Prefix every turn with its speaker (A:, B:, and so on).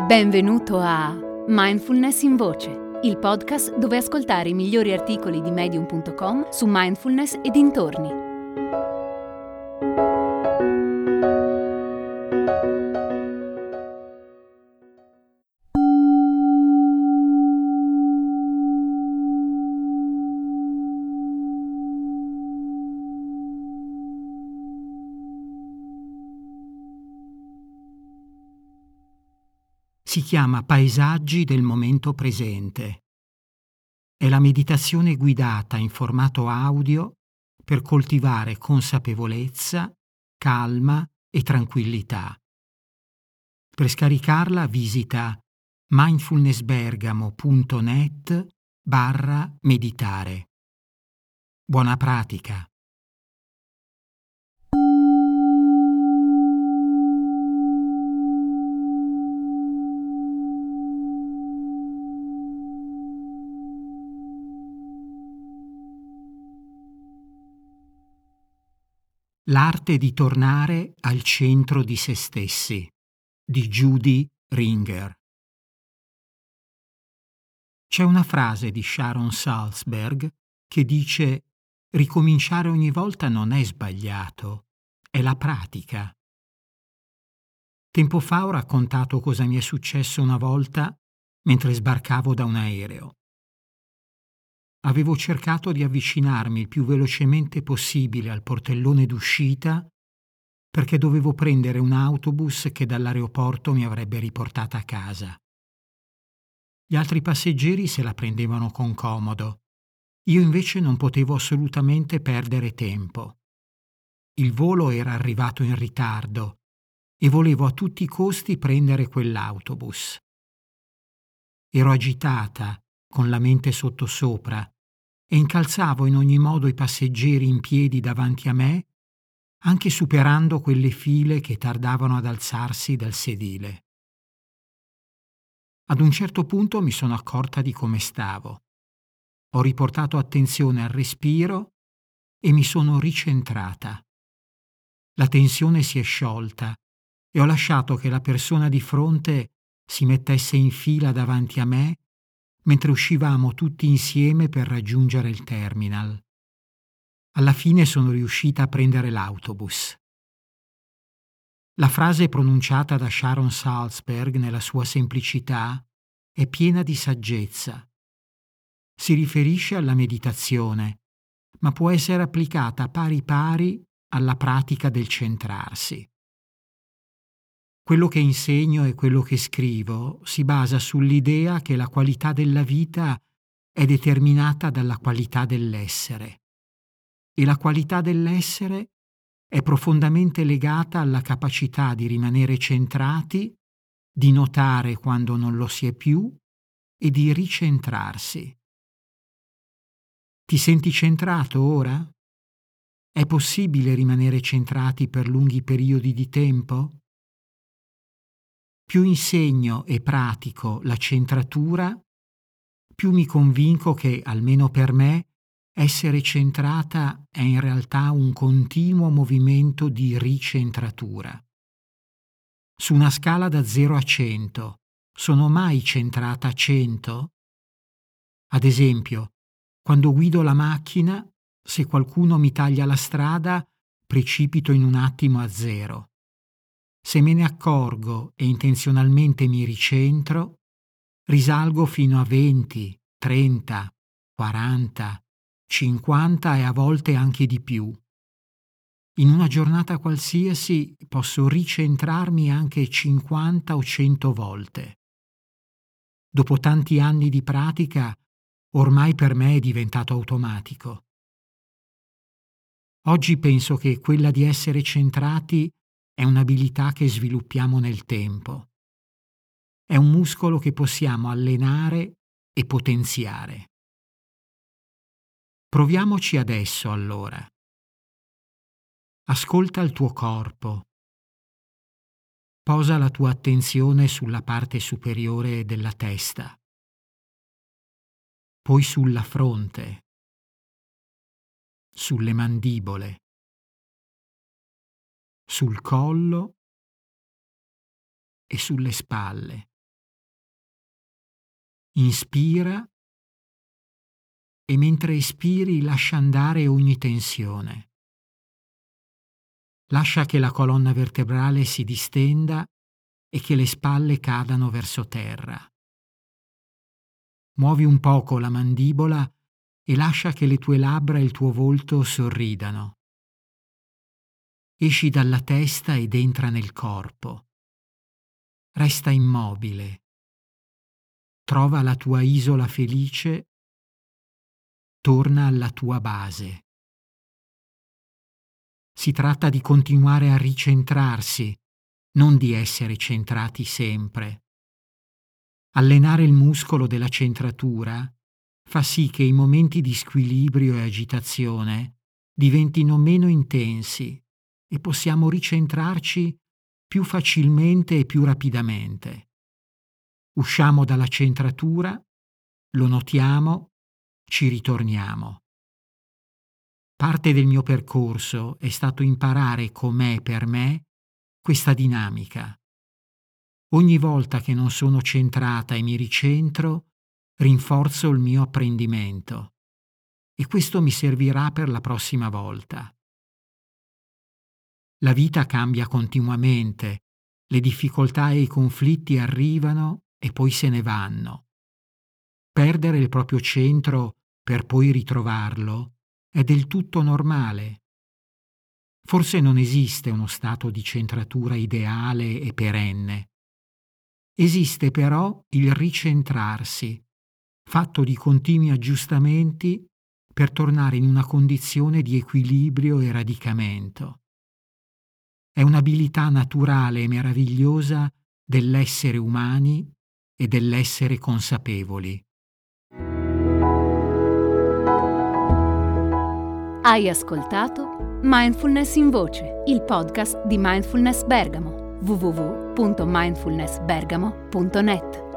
A: Benvenuto a Mindfulness in Voce, il podcast dove ascoltare i migliori articoli di Medium.com su mindfulness e dintorni.
B: Si chiama Paesaggi del momento presente. È la meditazione guidata in formato audio per coltivare consapevolezza, calma e tranquillità. Per scaricarla visita mindfulnessbergamo.net/meditare. Buona pratica! L'arte di tornare al centro di se stessi, di Judy Ringer. C'è una frase di Sharon Salzberg che dice: ricominciare ogni volta non è sbagliato, è la pratica. Tempo fa ho raccontato cosa mi è successo una volta mentre sbarcavo da un aereo. Avevo cercato di avvicinarmi il più velocemente possibile al portellone d'uscita perché dovevo prendere un autobus che dall'aeroporto mi avrebbe riportata a casa. Gli altri passeggeri se la prendevano con comodo. Io invece non potevo assolutamente perdere tempo. Il volo era arrivato in ritardo e volevo a tutti i costi prendere quell'autobus. Ero agitata, con la mente sottosopra, e incalzavo in ogni modo i passeggeri in piedi davanti a me, anche superando quelle file che tardavano ad alzarsi dal sedile. Ad un certo punto mi sono accorta di come stavo. Ho riportato attenzione al respiro e mi sono ricentrata. La tensione si è sciolta e ho lasciato che la persona di fronte si mettesse in fila davanti a me mentre uscivamo tutti insieme per raggiungere il terminal. Alla fine sono riuscita a prendere l'autobus. La frase pronunciata da Sharon Salzberg nella sua semplicità è piena di saggezza. Si riferisce alla meditazione, ma può essere applicata pari pari alla pratica del centrarsi. Quello che insegno e quello che scrivo si basa sull'idea che la qualità della vita è determinata dalla qualità dell'essere e la qualità dell'essere è profondamente legata alla capacità di rimanere centrati, di notare quando non lo si è più e di ricentrarsi. Ti senti centrato ora? È possibile rimanere centrati per lunghi periodi di tempo? Più insegno e pratico la centratura, più mi convinco che, almeno per me, essere centrata è in realtà un continuo movimento di ricentratura. Su una scala da 0 a 100, sono mai centrata a 100? Ad esempio, quando guido la macchina, se qualcuno mi taglia la strada, precipito in un attimo a 0. Se me ne accorgo e intenzionalmente mi ricentro, risalgo fino a 20, 30, 40, 50 e a volte anche di più. In una giornata qualsiasi posso ricentrarmi anche 50 o 100 volte. Dopo tanti anni di pratica, ormai per me è diventato automatico. Oggi penso che quella di essere centrati è un'abilità che sviluppiamo nel tempo. È un muscolo che possiamo allenare e potenziare. Proviamoci adesso, allora. Ascolta il tuo corpo. Posa la tua attenzione sulla parte superiore della testa, poi sulla fronte, sulle mandibole, sul collo e sulle spalle. inspira e mentre espiri lascia andare ogni tensione. Lascia che la colonna vertebrale si distenda e che le spalle cadano verso terra. Muovi un poco la mandibola e lascia che le tue labbra e il tuo volto sorridano. Esci dalla testa ed entra nel corpo. Resta immobile. Trova la tua isola felice. Torna alla tua base. Si tratta di continuare a ricentrarsi, non di essere centrati sempre. Allenare il muscolo della centratura fa sì che i momenti di squilibrio e agitazione diventino meno intensi e possiamo ricentrarci più facilmente e più rapidamente. Usciamo dalla centratura, lo notiamo, ci ritorniamo. Parte del mio percorso è stato imparare com'è per me questa dinamica. Ogni volta che non sono centrata e mi ricentro, rinforzo il mio apprendimento e questo mi servirà per la prossima volta. La vita cambia continuamente, le difficoltà e i conflitti arrivano e poi se ne vanno. Perdere il proprio centro per poi ritrovarlo è del tutto normale. Forse non esiste uno stato di centratura ideale e perenne. Esiste però il ricentrarsi, fatto di continui aggiustamenti per tornare in una condizione di equilibrio e radicamento. È un'abilità naturale e meravigliosa dell'essere umani e dell'essere consapevoli.
A: Hai ascoltato Mindfulness in Voce, il podcast di Mindfulness Bergamo, www.mindfulnessbergamo.net.